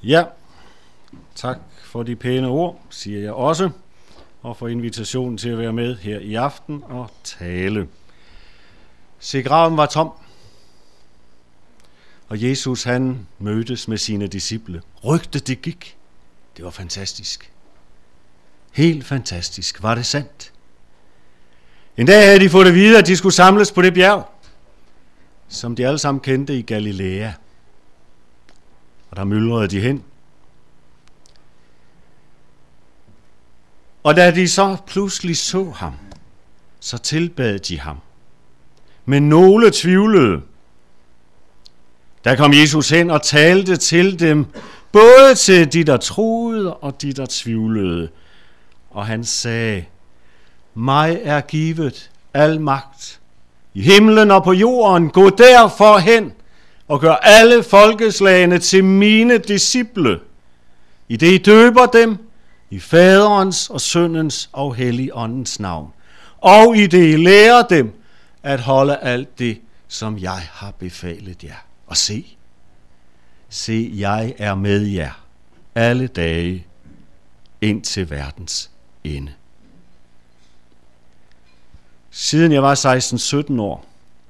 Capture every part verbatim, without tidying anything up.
Ja, tak for de pæne ord, siger jeg også, og for invitationen til at være med her i aften og tale. Se, graven var tom, og Jesus han mødtes med sine disciple. Rygtet det gik. Det var fantastisk. Helt fantastisk. Var det sandt? En dag havde de fået at vide, at de skulle samles på det bjerg, som de alle sammen kendte i Galilea. Og der myldrede de hen. Og da de så pludselig så ham, så tilbad de ham. Men nogle tvivlede. Der kom Jesus hen og talte til dem, både til de, der troede og de, der tvivlede. Og han sagde, mig er givet al magt i himlen og på jorden. Gå derfor hen og gør alle folkeslagene til mine disciple, i det I døber dem i Faderens og Søndens og Helligåndens navn, og i det I lærer dem at holde alt det, som jeg har befalet jer. Og se, se, jeg er med jer alle dage ind til verdens ende. Siden jeg var seksten sytten år,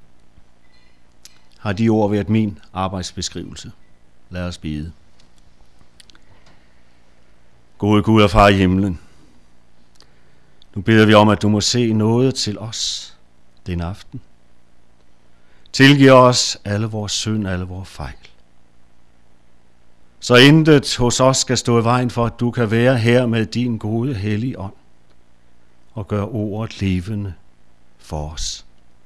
har de ord været min arbejdsbeskrivelse. Lad os bede. Gode Gud og Far i himlen, nu beder vi om, at du må se noget til os den aften. Tilgiv os alle vores synd, alle vores fejl. Så intet hos os skal stå i vejen for, at du kan være her med din gode hellige ånd og gøre ordet levende for os.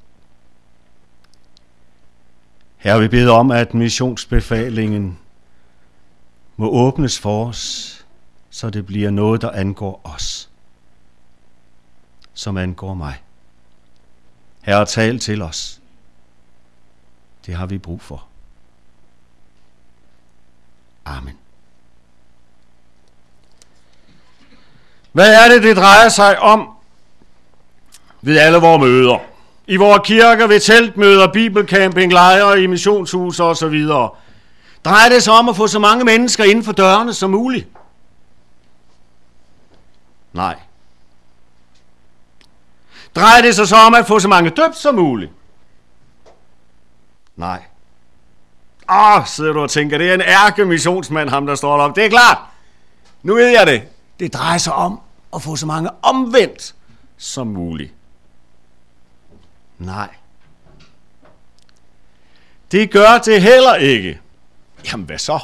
Herre, vi beder om, at missionsbefalingen må åbnes for os, så det bliver noget, der angår os, som angår mig. Herre, tal til os. Det har vi brug for. Amen. Hvad er det, det drejer sig om ved alle vores møder? I vores kirker, ved teltmøder, bibelcamping, lejre, i missionshuse osv. Drejer det sig om at få så mange mennesker inden for dørene som muligt? Nej. Drejer det sig så om at få så mange døbt som muligt? Nej. Åh, sidder du og tænker, det er en ærkemissionsmand, ham der står deroppe. Det er klart. Nu ved jeg det. Det drejer sig om at få så mange omvendt som muligt. Nej. Det gør det heller ikke. Jamen hvad så?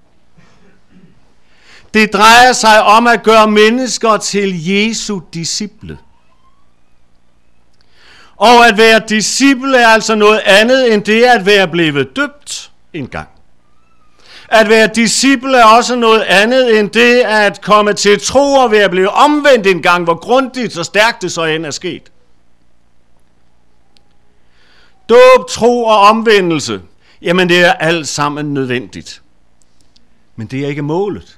Det drejer sig om at gøre mennesker til Jesu disciple. Og at være disciple er altså noget andet end det at være blevet døbt en gang. At være disciple er også noget andet end det at komme til tro og være blevet omvendt en gang, hvor grundigt og stærkt det så end er sket. Dåb, tro og omvendelse, jamen det er alt sammen nødvendigt. Men det er ikke målet.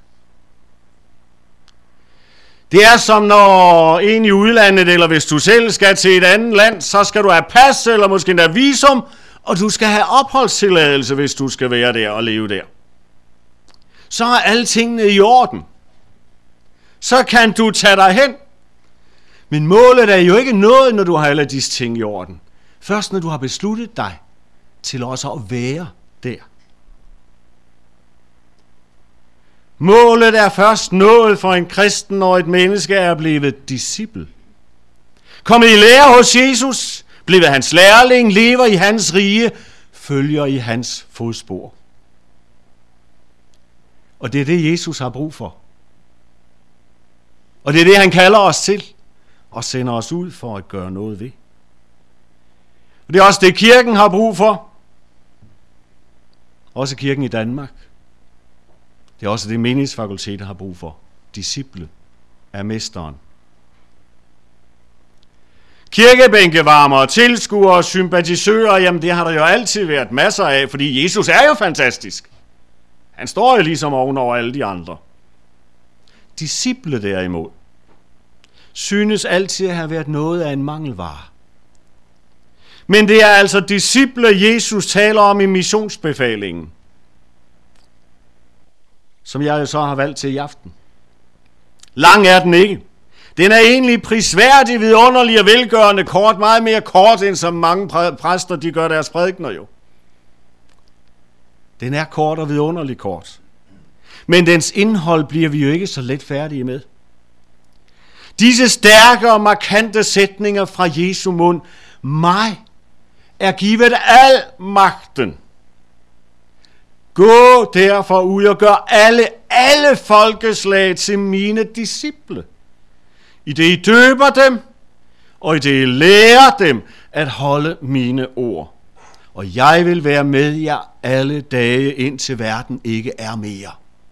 Det er som når en i udlandet, eller hvis du selv skal til et andet land, så skal du have pas, eller måske endda visum, og du skal have opholdstilladelse, hvis du skal være der og leve der. Så er alle tingene i orden. Så kan du tage dig hen. Men målet er jo ikke noget, når du har alle disse ting i orden. Først når du har besluttet dig til også at være der. Målet er først nået for en kristen, når et menneske er blevet disciple. Kommet i lære hos Jesus, blevet hans lærling, lever i hans rige, følger i hans fodspor. Og det er det, Jesus har brug for. Og det er det, han kalder os til, og sender os ud for at gøre noget ved. Og det er også det, kirken har brug for. Også kirken i Danmark. Det er også det, menighedsfakultetet har brug for. Disciple af mesteren. Kirkebænkevarmere, tilskuere, sympatisører, jamen det har der jo altid været masser af, fordi Jesus er jo fantastisk. Han står jo ligesom ovenover alle de andre. Disciple derimod synes altid at have været noget af en mangelvare. Men det er altså disciple, Jesus taler om i missionsbefalingen. som jeg jo så har valgt til i aften. Lang er den ikke. Den er egentlig prisværdig, vidunderlig og velgørende kort, meget mere kort, end som mange præster de gør deres prædikener jo. Den er kort og vidunderlig kort. Men dens indhold bliver vi jo ikke så let færdige med. Disse stærke og markante sætninger fra Jesu mund, mig er givet al magten. Gå derfor ud og gør alle, alle folkeslag til mine disciple. I det I døber dem, og i det I lærer dem at holde mine ord. Og jeg vil være med jer alle dage, indtil verden ikke er mere.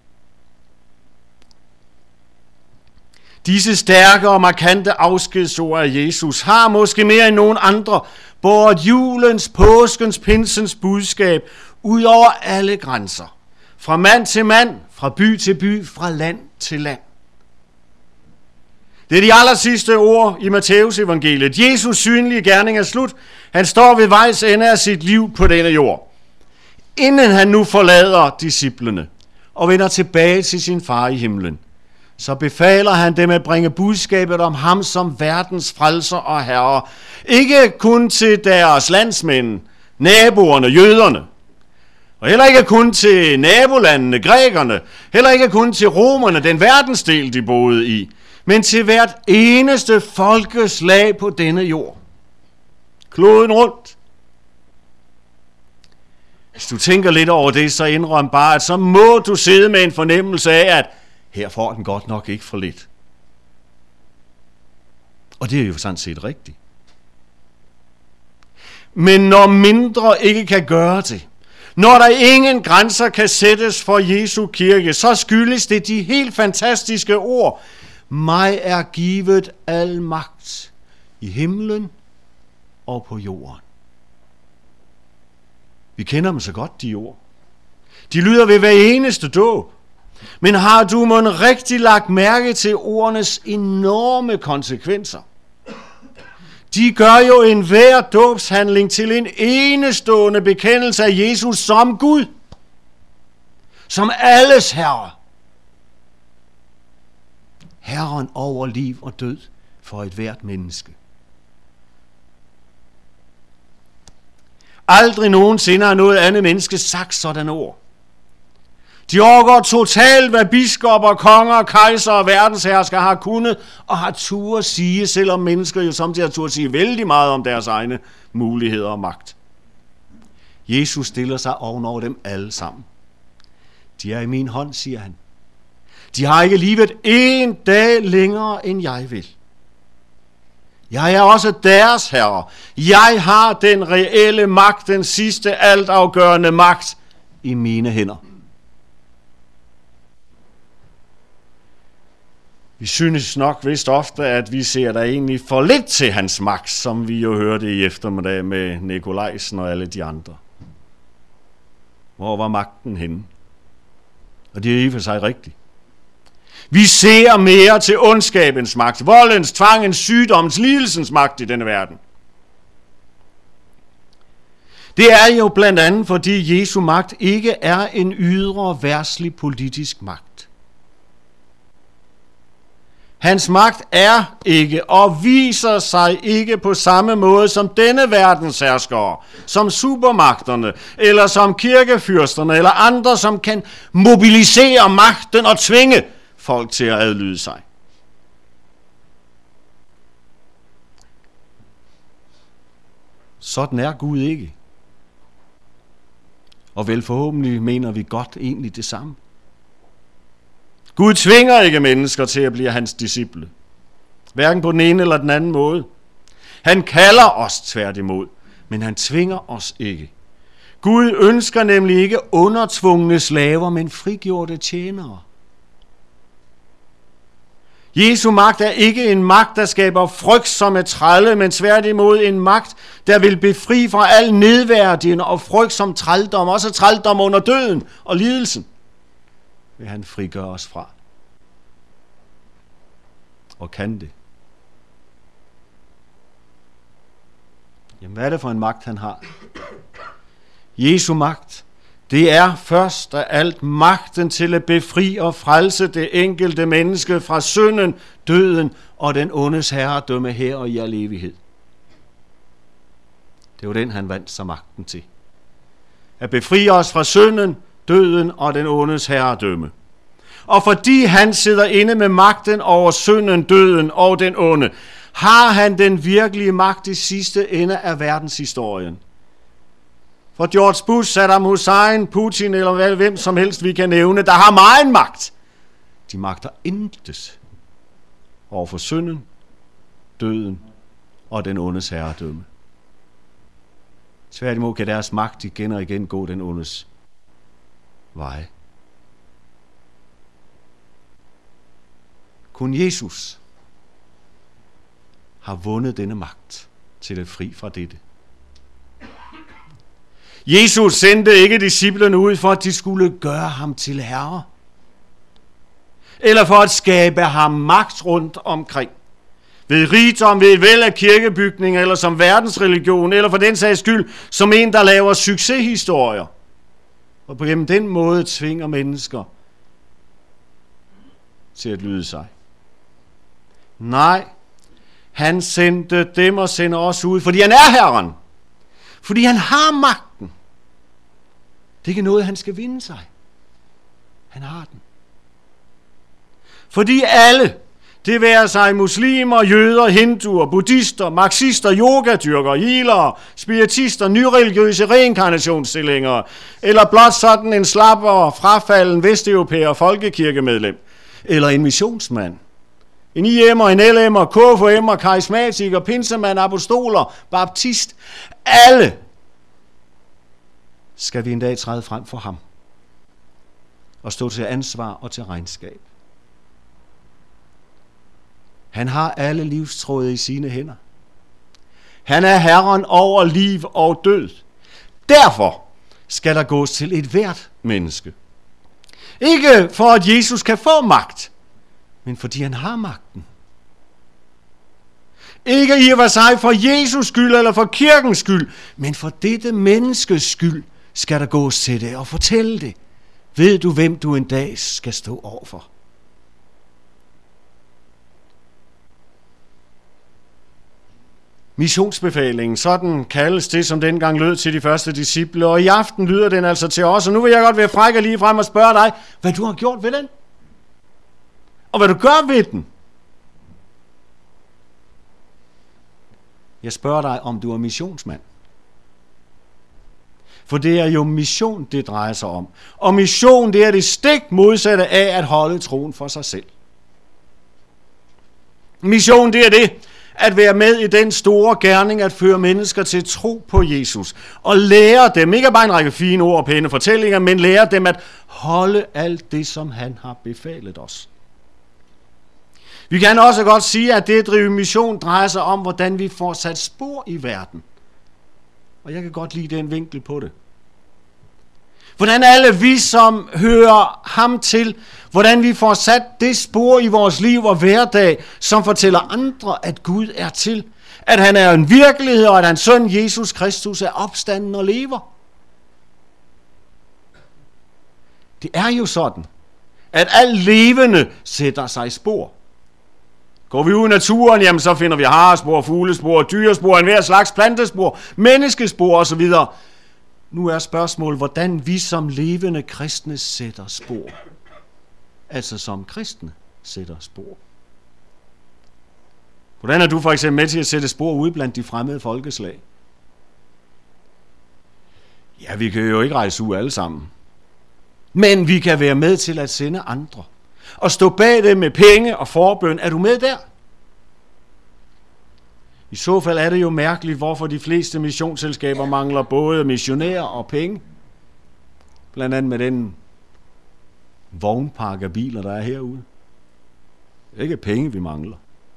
Disse stærke og markante afskedsord af Jesus har måske mere end nogen andre båret julens, påskens, pinsens budskab ud over alle grænser. Fra mand til mand, fra by til by, fra land til land. Det er de aller sidste ord i Matteus evangeliet. Jesus synlige gerning er slut. Han står ved vejs ende af sit liv på denne jord. Inden han nu forlader disciplene og vender tilbage til sin far i himlen, så befaler han dem at bringe budskabet om ham som verdens frelser og herre. Ikke kun til deres landsmænd, naboerne, jøderne, og heller ikke kun til nabolandene, grækerne, heller ikke kun til romerne, den verdensdel de boede i, men til hvert eneste folkeslag på denne jord. Kloden rundt. Hvis du tænker lidt over det, så indrøm bare, at så må du sidde med en fornemmelse af, at her får den godt nok ikke for lidt. Og det er jo sådan set rigtigt. Men når mindre ikke kan gøre det, når der ingen grænser kan sættes for Jesu kirke, så skyldes det de helt fantastiske ord. Mig er givet al magt i himlen og på jorden. Vi kender dem så godt, de ord. De lyder ved hver eneste dåb. Men har du mon rigtig lagt mærke til ordenes enorme konsekvenser? De gør jo enhver dåbshandling til en enestående bekendelse af Jesus som Gud, som alles herre. Herren over liv og død for et hvert menneske. Aldrig nogensinde har noget andet menneske sagt sådan ord. De overgår totalt, hvad biskopper, konger, kejser og verdensherskere har kunnet og har turde sige, selvom mennesker jo samtidig har turde sige vældig meget om deres egne muligheder og magt. Jesus stiller sig ovenover dem alle sammen. De er i min hånd, siger han. De har ikke livet en dag længere, end jeg vil. Jeg er også deres herre. Jeg har den reelle magt, den sidste altafgørende magt i mine hænder. Vi synes nok vist ofte, at vi ser der egentlig for lidt til hans magt, som vi jo hørte i eftermiddag med Nikolajsen og alle de andre. Hvor var magten henne? Og det er i og for sig rigtigt. Vi ser mere til ondskabens magt, voldens, tvangens, sygdommens, lidelsens magt i denne verden. Det er jo blandt andet, fordi Jesu magt ikke er en ydre, verdslig politisk magt. Hans magt er ikke og viser sig ikke på samme måde som denne verdens herskere, som supermagterne, eller som kirkefyrsterne, eller andre, som kan mobilisere magten og tvinge folk til at adlyde sig. Sådan er Gud ikke. Og vel forhåbentlig mener vi godt egentlig det samme. Gud tvinger ikke mennesker til at blive hans disciple. Hverken på den ene eller den anden måde. Han kalder os tværtimod, men han tvinger os ikke. Gud ønsker nemlig ikke undertvungne slaver, men frigjorte tjenere. Jesu magt er ikke en magt, der skaber frygt som et trælle, men tværtimod en magt, der vil befri fra al nedværdigende og frygt som trældom, også trældom under døden og lidelsen, vil han frigøre os fra. Og kan det? Jamen, hvad er det for en magt, han har? Jesu magt Det er først af alt magten til at befri og frelse det enkelte menneske fra synden, døden og den ondes herredømme her og i al evighed. Det var den, han vandt sig magten til. At befri os fra synden, døden og den ondes herredømme. Og fordi han sidder inde med magten over synden, døden og den onde, har han den virkelige magt i sidste ende af verdenshistorien. For George Bush, Saddam Hussein, Putin eller hvem som helst vi kan nævne, der har meget magt. De magter intet over for synden, døden og den ondes herredømme. Tværtimod kan deres magt igen og igen gå den ondes vej. Kun Jesus har vundet denne magt til at fri fra dette. Jesus sendte ikke disciplene ud for, at de skulle gøre ham til herre, eller for at skabe ham magt rundt omkring. Ved rigdom, ved et væld af kirkebygninger, eller som verdensreligion, eller for den sags skyld, som en, der laver succeshistorier. Og på gennem den måde tvinger mennesker til at lyde sig. Nej, han sendte dem og sender os ud, fordi han er Herren. Fordi han har magten. Det er ikke noget, han skal vinde sig. Han har den. Fordi alle, det være sig muslimer, jøder, hinduer, buddhister, marxister, yogadyrkere, healere, spiritister, nyreligiøse reinkarnationsstillinger, eller blot sådan en slapper, frafalden vesteuropæer, folkekirkemedlem, eller en missionsmand, en I M'er, en L M'er, K F M'er, karismatiker, pinsemand, apostoler, baptist, alle skal vi en dag træde frem for ham og stå til ansvar og til regnskab. Han har alle livstråde i sine hænder. Han er Herren over liv og død. Derfor skal der gås til et hvert menneske. Ikke for at Jesus kan få magt, men fordi han har magten. Ikke i og for sig for Jesus skyld eller for kirkens skyld, men for dette menneskes skyld skal der gås til det og fortælle det. Ved du, hvem du en dag skal stå overfor? Missionsbefalingen, sådan kaldes det, som dengang lød til de første disciple, og i aften lyder den altså til os, og nu vil jeg godt være fræk og lige frem og spørge dig, hvad du har gjort ved den, og hvad du gør ved den. Jeg spørger dig, om du er missionsmand. For det er jo mission, det drejer sig om. Og mission, det er det stik modsatte af at holde troen for sig selv. Mission, det er det, at være med i den store gerning at føre mennesker til tro på Jesus. Og lære dem, ikke bare en række fine ord og pæne fortællinger, men lære dem at holde alt det, som han har befalet os. Vi kan også godt sige, at det at drive mission drejer sig om, hvordan vi får sat spor i verden. Og jeg kan godt lide den vinkel på det. Hvordan alle vi, som hører ham til, hvordan vi får sat det spor i vores liv og hverdag, som fortæller andre, at Gud er til. At han er en virkelighed, og at hans søn Jesus Kristus er opstanden og lever. Det er jo sådan, at alt levende sætter sig spor. Går vi ud i naturen, jamen så finder vi harespor, fuglespor, dyrespor, enhver slags plantespor, menneskespor osv. Nu er spørgsmålet, hvordan vi som levende kristne sætter spor. Altså som kristne sætter spor. Hvordan er du for eksempel med til at sætte spor ude blandt de fremmede folkeslag? Ja, vi kan jo ikke rejse ud alle sammen. Men vi kan være med til at sende andre. Og stå bag det med penge og forbøn. Er du med der? I så fald er det jo mærkeligt, hvorfor de fleste missionsselskaber mangler både missionærer og penge. Blandt andet med den vognpark af biler, der er herude. Det er ikke penge, vi mangler.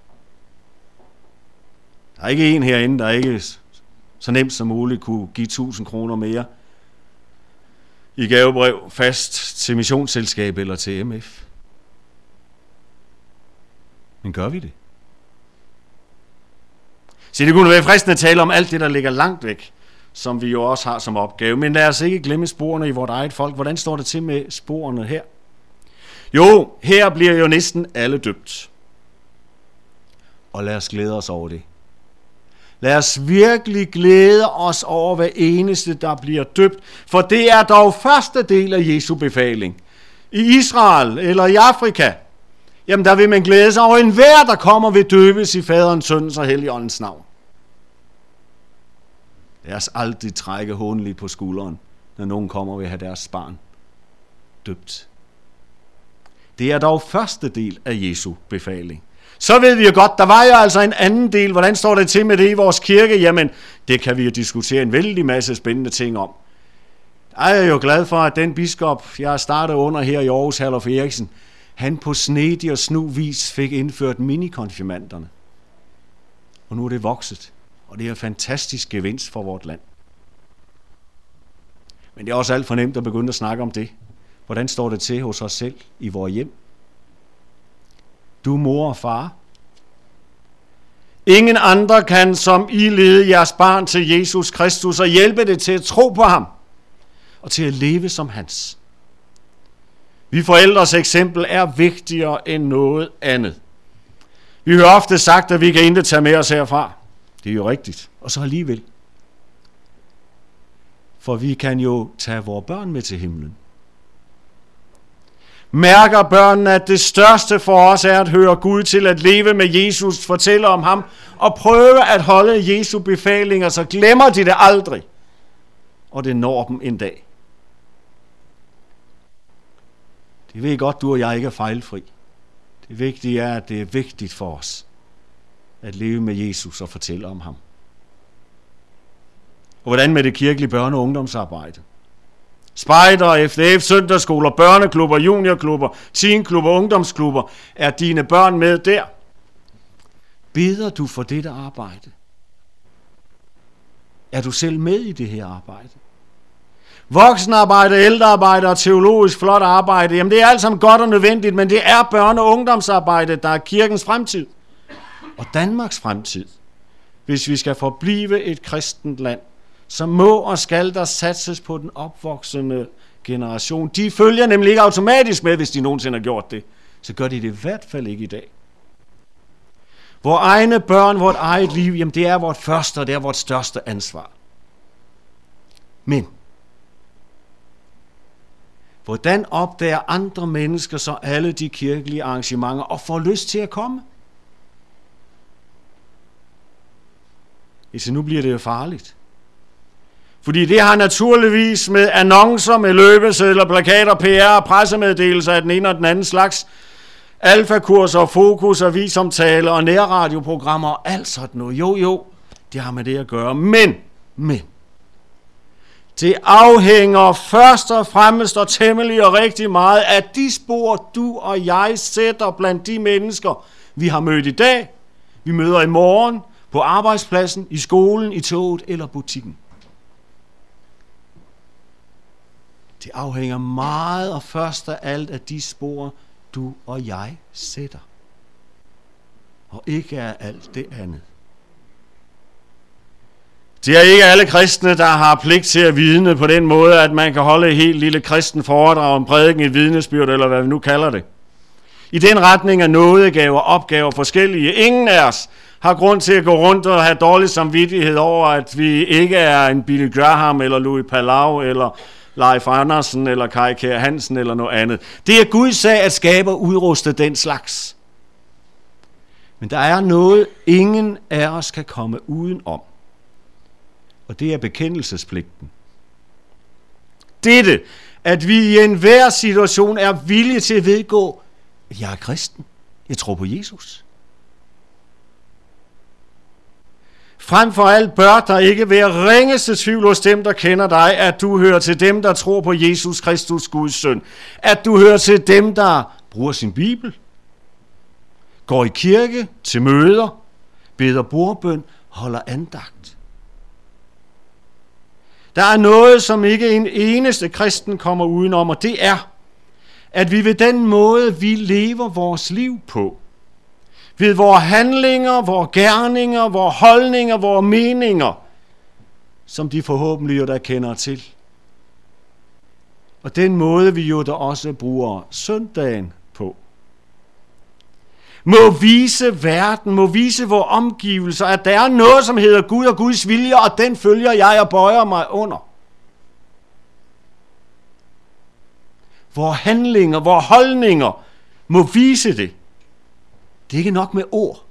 Der er ikke en herinde, der ikke så nemt som muligt kunne give tusind kroner mere i gavebrev fast til missionsselskab eller til M F. Men gør vi det? Så det kunne være fristende at tale om alt det, der ligger langt væk. som vi jo også har som opgave. Men lad os ikke glemme sporene i vort eget folk. Hvordan står det til med sporene her? Jo, her bliver jo næsten alle døbt. Og lad os glæde os over det. Lad os virkelig glæde os over hver eneste, der bliver døbt, for det er dog første del af Jesu befaling. I Israel eller i Afrika, jamen der vil man glæde sig over enhver, der kommer ved døbes i Faderens, Søndens og Helligåndens navn. Lad os aldrig trække hånligt på skulderen, når nogen kommer og vil have deres barn døbt. Det er dog første del af Jesu befaling. Så ved vi jo godt, der var jo altså en anden del. Hvordan står det til med det i vores kirke? Jamen, det kan vi jo diskutere en vældig masse spændende ting om. Jeg er jo glad for, at den biskop, jeg startede under her i Aarhus, Herluf Eriksen, han på snedig og snu vis fik indført minikonfirmanderne. Og nu er det vokset, og det er en fantastisk gevinst for vort land. Men det er også alt for nemt at begynde at snakke om det. Hvordan står det til hos os selv i vores hjem? Du mor og far. Ingen andre kan som I lede jeres barn til Jesus Kristus og hjælpe det til at tro på ham og til at leve som hans. Vi forældres eksempel er vigtigere end noget andet. Vi hører ofte sagt, at vi kan intet tage med os herfra. Det er jo rigtigt. Og så alligevel. For vi kan jo tage vores børn med til himlen. Mærker børnene, at det største for os er at høre Gud til, at leve med Jesus, fortælle om ham og prøve at holde Jesu befalinger, så glemmer de det aldrig. Og det når dem en dag. Det ved godt, du og jeg ikke er fejlfri. Det vigtige er, at det er vigtigt for os at leve med Jesus og fortælle om ham. Og hvordan med det kirkelige børne- og ungdomsarbejde? Spejder, F D F, søndagsskoler, børneklubber, juniorklubber, teenklubber, ungdomsklubber. Er dine børn med der? Beder du for dette arbejde? Er du selv med i det her arbejde? Voksenarbejde, ældrearbejde og teologisk flot arbejde, jamen det er alt sammen godt og nødvendigt, men det er børne- og ungdomsarbejde, der er kirkens fremtid og Danmarks fremtid. Hvis vi skal forblive et kristent land, så må og skal der satses på den opvoksende generation. De følger nemlig ikke automatisk med, hvis de nogensinde har gjort det. Så gør de det i hvert fald ikke i dag. Vores egne børn, vort eget liv, jamen det er vort første og det er vort største ansvar. Men hvordan opdager andre mennesker så alle de kirkelige arrangementer og får lyst til at komme? Så nu bliver det jo farligt. Fordi det har naturligvis med annoncer, med løbesedler, plakater, P R og pressemeddelelser af den ene og den anden slags, alfakurser, fokus, avisomtale og nærradioprogrammer og alt sådan noget. Jo, jo, det har med det at gøre. Men, men, det afhænger først og fremmest og temmelig og rigtig meget af de spor, du og jeg sætter blandt de mennesker, vi har mødt i dag, vi møder i morgen, på arbejdspladsen, i skolen, i toget eller butikken. Det afhænger meget og først af alt af de spor, du og jeg sætter. Og ikke af alt det andet. Det er ikke alle kristne, der har pligt til at vidne på den måde, at man kan holde et helt lille kristen foredrag om prædiken, et vidnesbyrd, eller hvad vi nu kalder det. I den retning er nådegaver og opgaver forskellige. Ingen af os har grund til at gå rundt og have dårlig samvittighed over, at vi ikke er en Billy Graham, eller Louis Palau, eller Leif Andersen, eller Kai Kjær Hansen, eller noget andet. Det er Guds sag at skabe og udruste den slags. Men der er noget, ingen af os kan komme uden om. Og det er bekendelsespligten. Dette, at vi i enhver situation er villige til at vedgå, at jeg er kristen. Jeg tror på Jesus. Frem for alt bør der ikke være ringeste tvivl hos dem, der kender dig, at du hører til dem, der tror på Jesus Kristus, Guds søn. At du hører til dem, der bruger sin bibel, går i kirke, til møder, beder bordbøn, holder andagt. Der er noget, som ikke en eneste kristen kommer udenom, og det er, at vi ved den måde, vi lever vores liv på, ved vores handlinger, vores gerninger, vores holdninger, vores meninger, som de forhåbentlig jo der kender til. Og den måde, vi jo der også bruger søndagen på, må vise verden, må vise vores omgivelser, at der er noget, som hedder Gud og Guds vilje, og den følger jeg og bøjer mig under. Vores handlinger, vores holdninger må vise det. Det er ikke nok med ord.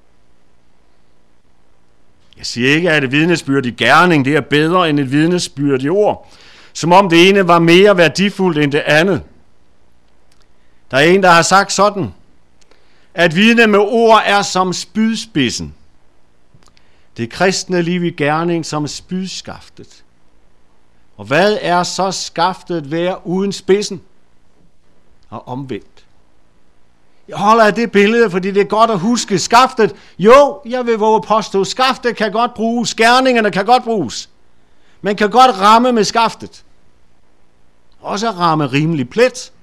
Jeg siger ikke, at et vidnesbyrd i gerning, det er bedre end et vidnesbyrd i ord. Som om det ene var mere værdifuldt end det andet. Der er en, der har sagt sådan, at vidne med ord er som spydspidsen. Det kristne liv i gerning som spydskaftet. Og hvad er så skaftet værd uden spidsen? Og omvendt. Jeg holder af det billede, fordi det er godt at huske skaftet. Jo, jeg vil våge påstå, skaftet kan godt bruges, gerningerne kan godt bruges. Man kan godt ramme med skaftet. Også ramme rimelig plet.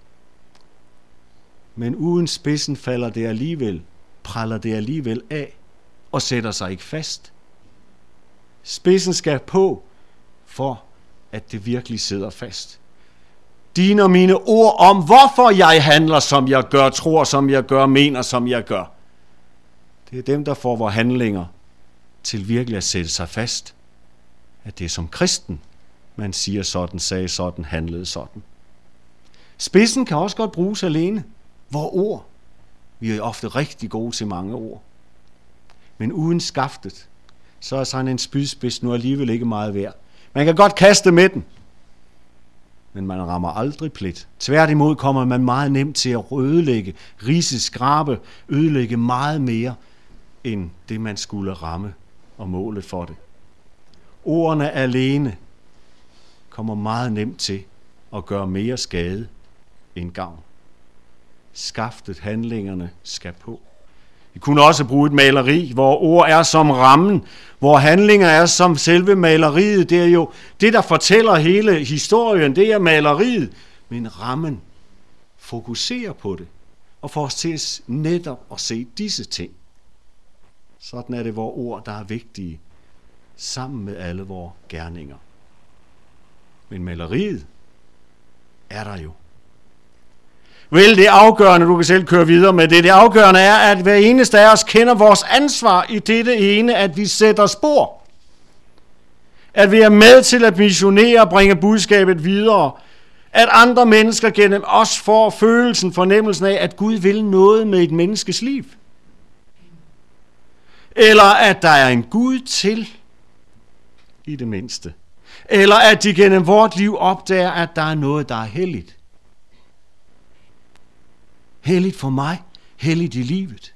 Men uden spidsen falder det alligevel, praller det alligevel af og sætter sig ikke fast. Spidsen skal på, for at det virkelig sidder fast. Dine og mine ord om, hvorfor jeg handler, som jeg gør, tror, som jeg gør, mener, som jeg gør. Det er dem, der får vores handlinger til virkelig at sætte sig fast. At det er som kristen, man siger sådan, sagde sådan, handlede sådan. Spidsen kan også godt bruges alene. Hvor ord? Vi er ofte rigtig gode til mange ord. Men uden skaftet, så er sådan en spydspids nu alligevel ikke meget værd. Man kan godt kaste med den, men man rammer aldrig plet. Tværtimod kommer man meget nemt til at ødelægge, ridse, skrabe, ødelægge meget mere, end det man skulle ramme og måle for det. Ordene alene kommer meget nemt til at gøre mere skade end gavn. Skaftet handlingerne skal på. Vi kunne også bruge et maleri, hvor ord er som rammen, hvor handlinger er som selve maleriet. Det er jo det, der fortæller hele historien, det er maleriet. Men rammen fokuserer på det, og får os til netop at se disse ting. Sådan er det vores ord, der er vigtige, sammen med alle vores gerninger. Men maleriet er der jo. Vel, det afgørende, du kan selv køre videre med det, det afgørende er, at hver eneste af os kender vores ansvar i dette ene, at vi sætter spor. At vi er med til at missionere og bringe budskabet videre. At andre mennesker gennem os får følelsen, fornemmelsen af, at Gud vil noget med et menneskes liv. Eller at der er en Gud til, i det mindste. Eller at de gennem vort liv opdager, at der er noget, der er helligt. Helligt for mig, helligt i livet.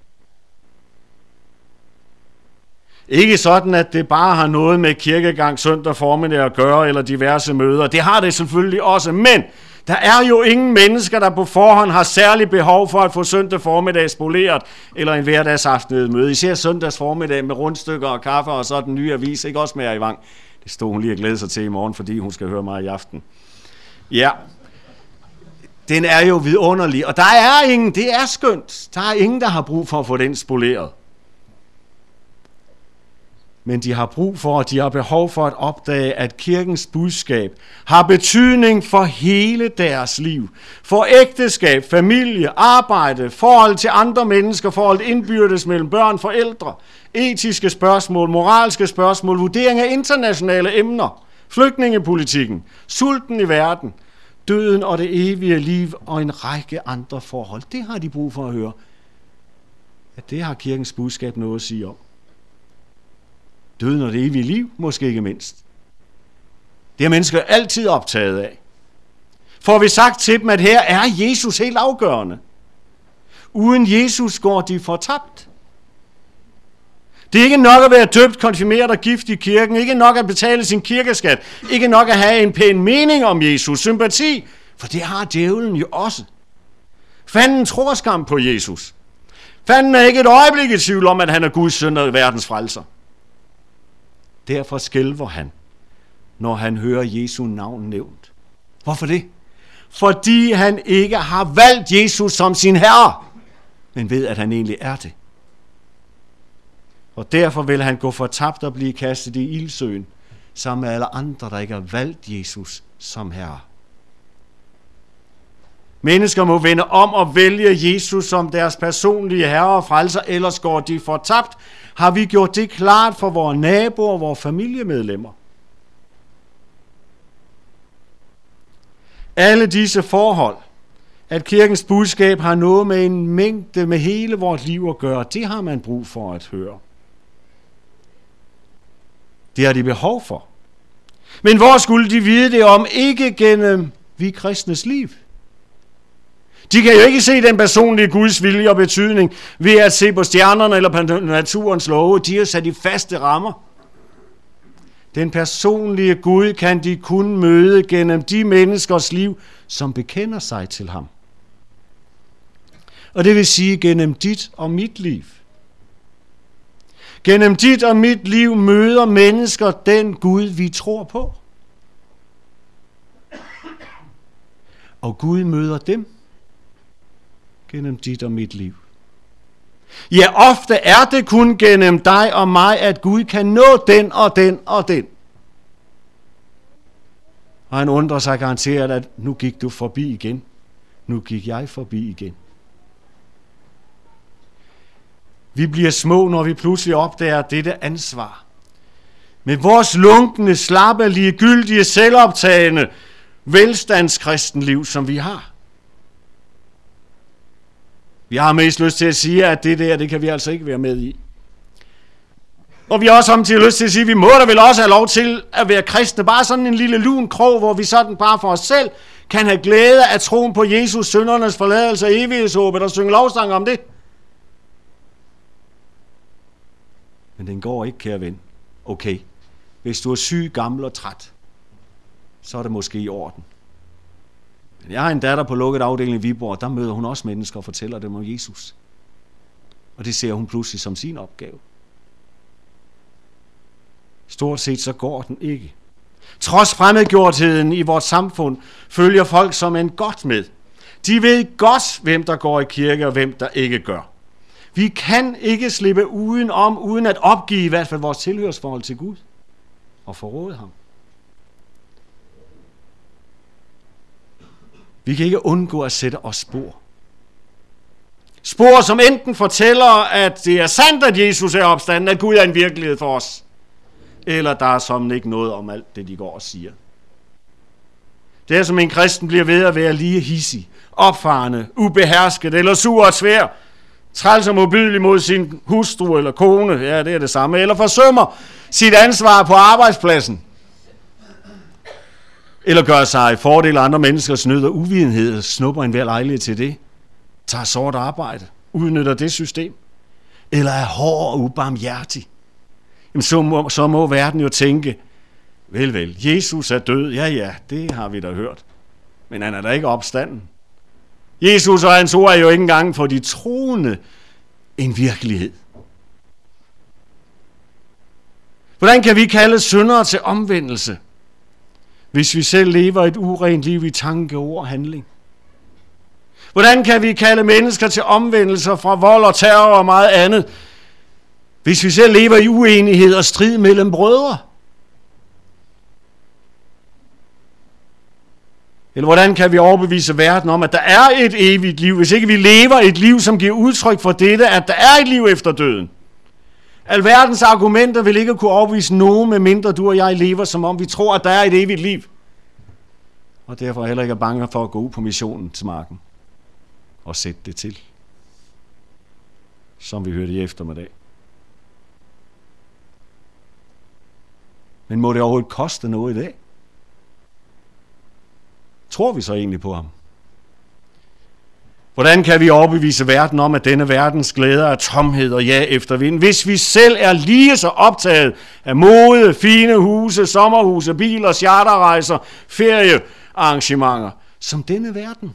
Ikke sådan, at det bare har noget med kirkegang søndag formiddag at gøre, eller diverse møder. Det har det selvfølgelig også, men der er jo ingen mennesker, der på forhånd har særlig behov for at få søndag formiddag spoleret, eller en hverdagsaften møde. Især søndags formiddag med rundstykker og kaffe, og så den nye avis, ikke også med i Vang. Det stod hun lige og glæde sig til i morgen, fordi hun skal høre mig i aften. Ja, den er jo vidunderlig, og der er ingen, det er skønt, der er ingen, der har brug for at få den spoleret. Men de har brug for, og de har behov for at opdage, at kirkens budskab har betydning for hele deres liv. For ægteskab, familie, arbejde, forhold til andre mennesker, forhold indbyrdes mellem børn, forældre, etiske spørgsmål, moralske spørgsmål, vurdering af internationale emner, flygtningepolitikken, sulten i verden, døden og det evige liv og en række andre forhold. Det har de brug for at høre. At det har kirkens budskab noget at sige om. Døden og det evige liv, måske ikke mindst. Det er mennesker altid optaget af. Får vi sagt til dem, at her er Jesus helt afgørende. Uden Jesus går de fortabt. Det er ikke nok at være døbt, konfirmeret og gift i kirken. Ikke nok at betale sin kirkeskat. Ikke nok at have en pæn mening om Jesus. Sympati. For det har djævlen jo også. Fanden tror skam på Jesus. Fanden er ikke et øjeblik i tvivl om, at han er Guds søn og verdens frelser. Derfor skælver han, når han hører Jesu navn nævnt. Hvorfor det? Fordi han ikke har valgt Jesus som sin herre, men ved, at han egentlig er det. Og derfor vil han gå fortabt og blive kastet i ildsøen, sammen med alle andre, der ikke har valgt Jesus som herre. Mennesker må vende om og vælge Jesus som deres personlige herre og frelser, ellers går de fortabt. Har vi gjort det klart for vores naboer og vores familiemedlemmer? Alle disse forhold, at kirkens budskab har noget med en mængde med hele vores liv at gøre, det har man brug for at høre. Det har de behov for. Men hvor skulle de vide det om? Ikke gennem vi kristnes liv. De kan jo ikke se den personlige Guds vilje og betydning ved at se på stjernerne eller på naturens love. De er sat i faste rammer. Den personlige Gud kan de kun møde gennem de menneskers liv, som bekender sig til ham. Og det vil sige gennem dit og mit liv. Gennem dit og mit liv møder mennesker den Gud, vi tror på. Og Gud møder dem gennem dit og mit liv. Ja, ofte er det kun gennem dig og mig, at Gud kan nå den og den og den. Og han undrer sig garanteret, at nu gik du forbi igen. Nu gik jeg forbi igen. Vi bliver små, når vi pludselig opdager dette ansvar. Med vores lunkne, slappe, ligegyldige, selvoptagende, velstandskristenliv, som vi har. Vi har mest lyst til at sige, at det der, det kan vi altså ikke være med i. Og vi har også samtidig lyst til at sige, at vi må da vel også have lov til at være kristne. Bare sådan en lille lun krog, hvor vi sådan bare for os selv kan have glæde af troen på Jesus, syndernes forladelse og evighedshåbet og synge lovsang om det. Men den går ikke, kære ven. Okay, hvis du er syg, gammel og træt, så er det måske i orden. Men jeg har en datter på lukket afdeling i Viborg, der møder hun også mennesker og fortæller dem om Jesus. Og det ser hun pludselig som sin opgave. Stort set så går den ikke. Trods fremmedgjortheden i vores samfund følger folk som en godt med. De ved godt, hvem der går i kirke og hvem der ikke gør. Vi kan ikke slippe uden om, uden at opgive i hvert fald vores tilhørsforhold til Gud og forråde ham. Vi kan ikke undgå at sætte os spor. Spor, som enten fortæller, at det er sandt, at Jesus er opstanden, at Gud er en virkelighed for os, eller der er som ikke noget om alt det, de går og siger. Det er som en kristen bliver ved at være lige hissig, opfarende, ubehersket eller sur og svær, træls og modbydelig mod sin hustru eller kone, ja, det er det samme, eller forsømmer sit ansvar på arbejdspladsen, eller gør sig i fordel af andre menneskers nød og uvidenhed, snupper en hver lejlighed til det, tager sort arbejde, udnytter det system, eller er hård og ubarmhjertig. Jamen, så må, så må verden jo tænke, vel vel, Jesus er død, ja ja, det har vi da hørt, men han er da ikke opstanden. Jesus og hans ord er jo ikke engang for de troende en virkelighed. Hvordan kan vi kalde syndere til omvendelse, hvis vi selv lever et urent liv i tanke, ord og handling? Hvordan kan vi kalde mennesker til omvendelser fra vold og terror og meget andet, hvis vi selv lever i uenighed og strid mellem brødre? Eller hvordan kan vi overbevise verden om, at der er et evigt liv, hvis ikke vi lever et liv, som giver udtryk for dette, at der er et liv efter døden? Alverdens argumenter vil ikke kunne overbevise nogen, medmindre du og jeg lever, som om vi tror, at der er et evigt liv. Og derfor heller ikke er bange for at gå ud på missionen til marken og sætte det til, som vi hørte i eftermiddag. Men må det overhovedet koste noget i dag? Tror vi så egentlig på ham? Hvordan kan vi overbevise verden om, at denne verdens glæder er tomhed og ja efter vind, hvis vi selv er lige så optaget af mode, fine huse, sommerhuse, biler, charterrejser, feriearrangementer som denne verden?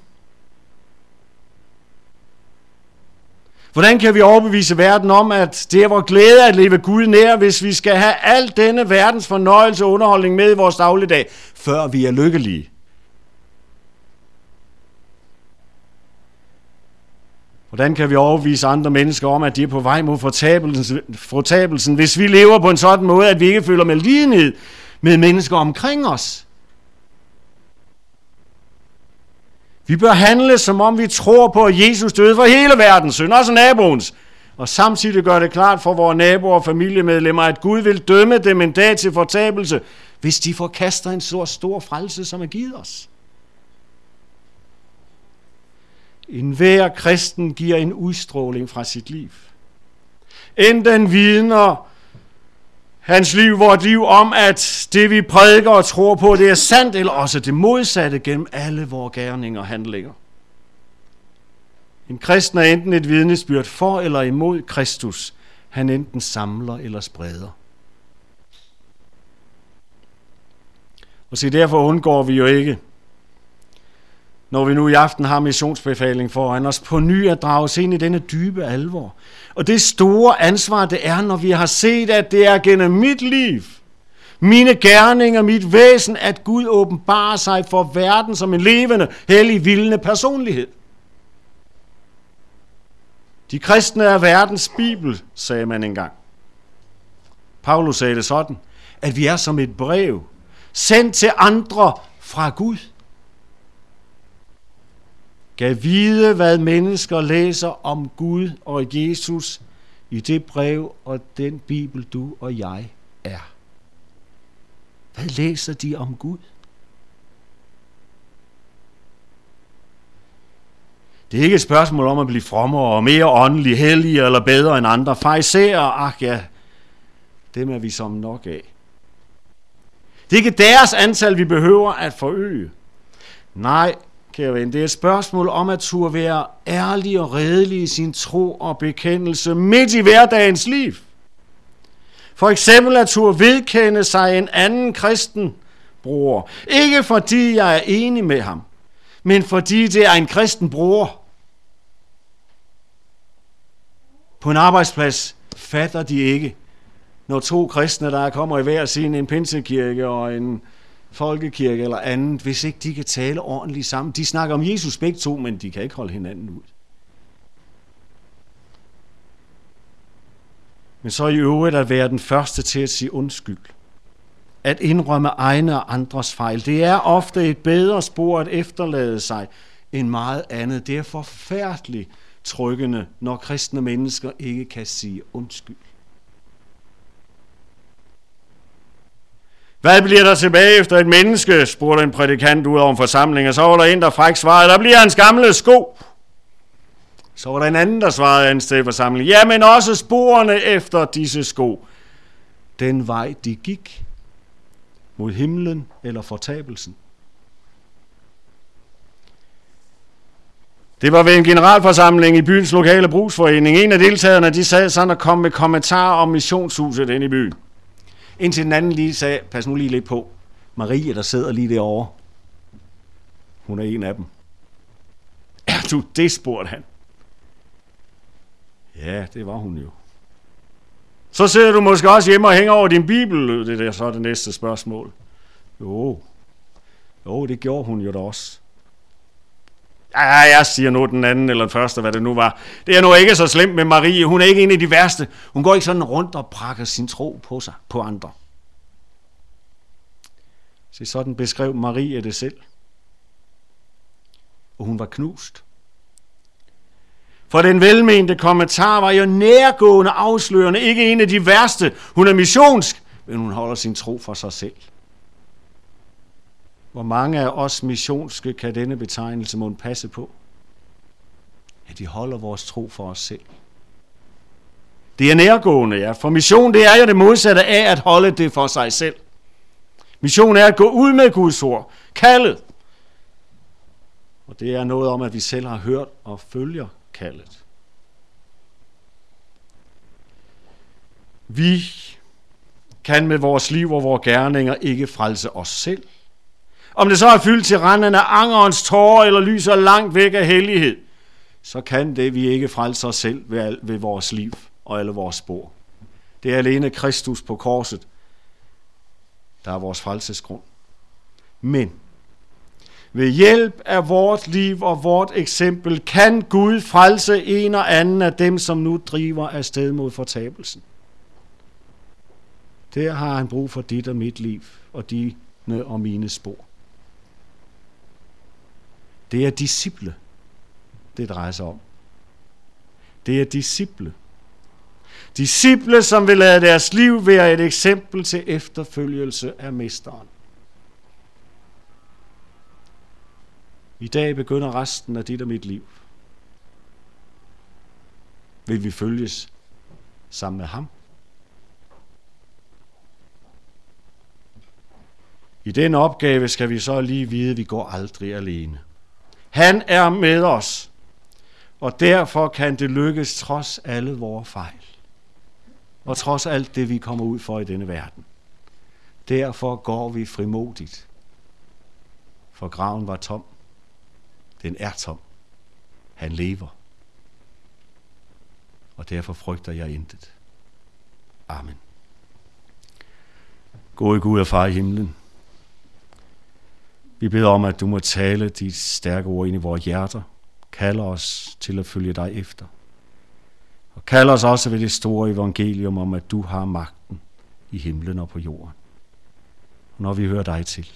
Hvordan kan vi overbevise verden om, at det er vores glæde at leve Gud nær, hvis vi skal have al denne verdens fornøjelse og underholdning med i vores dagligdag, før vi er lykkelige? Hvordan kan vi overbevise andre mennesker om, at de er på vej mod fortabelsen, fortabelsen, hvis vi lever på en sådan måde, at vi ikke føler med lidenhed med mennesker omkring os. Vi bør handle, som om vi tror på, at Jesus døde for hele verdens synd, også naboens, og samtidig gør det klart for vores naboer og familiemedlemmer, at Gud vil dømme dem en dag til fortabelse, hvis de forkaster en så stor frelse, som er givet os. En hver kristen giver en udstråling fra sit liv. Enten vidner hans liv, vort liv, om at det vi prædiker og tror på, det er sandt, eller også det modsatte gennem alle vores gerninger og handlinger. En kristen er enten et vidnesbyrd for eller imod Kristus. Han enten samler eller spreder. Og så derfor undgår vi jo ikke, når vi nu i aften har missionsbefaling foran os, på ny at drage os ind i denne dybe alvor. Og det store ansvar, det er, når vi har set, at det er gennem mit liv, mine gerninger, mit væsen, at Gud åbenbarer sig for verden som en levende, hellig, vildende personlighed. De kristne er verdens bibel, sagde man engang. Paulus sagde det sådan, at vi er som et brev, sendt til andre fra Gud. Gav vide, hvad mennesker læser om Gud og Jesus i det brev og den bibel, du og jeg er. Hvad læser de om Gud? Det er ikke et spørgsmål om at blive frommere og mere åndelig, hellige eller bedre end andre. Farisæer, ach ja, dem er vi som nok af. Det er ikke deres antal, vi behøver at forøge. Nej, kære ven, det er et spørgsmål om at turde være ærlig og redelig i sin tro og bekendelse midt i hverdagens liv. For eksempel at turde vedkende sig en anden kristen bror. Ikke fordi jeg er enig med ham, men fordi det er en kristen bror. På en arbejdsplads fatter de ikke, når to kristne, der kommer i hver sin, en pinsekirke og en folkekirke eller andet, hvis ikke de kan tale ordentligt sammen. De snakker om Jesus begge to, men de kan ikke holde hinanden ud. Men så i øvrigt at være den første til at sige undskyld. At indrømme egne og andres fejl. Det er ofte et bedre spor at efterlade sig end meget andet. Det er forfærdeligt tryggende, når kristne mennesker ikke kan sige undskyld. Hvad bliver der tilbage efter et menneske, spurgte en prædikant ud over en forsamling, og så var der en, der fræk svarede, der bliver hans gamle sko. Så var der en anden, der svarede andet sted i forsamlingen, ja, men også sporene efter disse sko. Den vej, de gik mod himlen eller fortabelsen. Det var ved en generalforsamling i byens lokale brugsforening. En af deltagerne, de sad sådan og kom med kommentarer om missionshuset inde i byen. Indtil den anden lige sagde, pas nu lige lidt på, Marie, der sidder lige derovre. Hun er en af dem. Er du det, spurgte han. Ja, det var hun jo. Så sidder du måske også hjemme og hænger over din bibel, det er så det næste spørgsmål. Jo, jo, det gjorde hun jo da også. Ja, jeg siger nu den anden eller den første, hvad det nu var. Det er nu ikke så slemt med Marie. Hun er ikke en af de værste. Hun går ikke sådan rundt og prakker sin tro på sig, på andre. Så sådan beskrev Marie det selv. Og hun var knust. For den velmente kommentar var jo nærgående afslørende. Ikke en af de værste. Hun er missionsk, men hun holder sin tro for sig selv. Hvor mange af os missionske kan denne betegnelse må passe på? Ja, de holder vores tro for os selv. Det er nærgående, ja. For mission, det er jo det modsatte af at holde det for sig selv. Mission er at gå ud med Guds ord. Kaldet. Og det er noget om, at vi selv har hørt og følger kaldet. Vi kan med vores liv og vores gerninger ikke frelse os selv. Om det så er fyldt til randen af angerens tårer eller lyser langt væk af hellighed, så kan det vi ikke frelse os selv ved, ved vores liv og alle vores spor. Det er alene Kristus på korset, der er vores frelsesgrund. Men ved hjælp af vort liv og vort eksempel kan Gud frelse en og anden af dem, som nu driver afsted mod fortabelsen. Der har han brug for dit og mit liv og dine og mine spor. Det er disciple, det drejer sig om. Det er disciple. Disciple, som vil lade deres liv være et eksempel til efterfølgelse af mesteren. I dag begynder resten af dit og mit liv. Vil vi følges sammen med ham? I den opgave skal vi så lige vide, at vi går aldrig alene. Han er med os, og derfor kan det lykkes trods alle vores fejl. Og trods alt det, vi kommer ud for i denne verden. Derfor går vi frimodigt. For graven var tom. Den er tom. Han lever. Og derfor frygter jeg intet. Amen. Gode Gud og Far i himlen. Vi beder om, at du må tale dit stærke ord ind i vores hjerter. Kalder os til at følge dig efter. Og kalder os også ved det store evangelium om, at du har magten i himlen og på jorden. Og når vi hører dig til,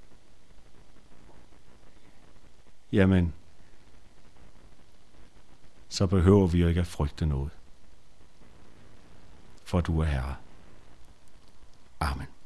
jamen, så behøver vi jo ikke at frygte noget. For du er Herre. Amen.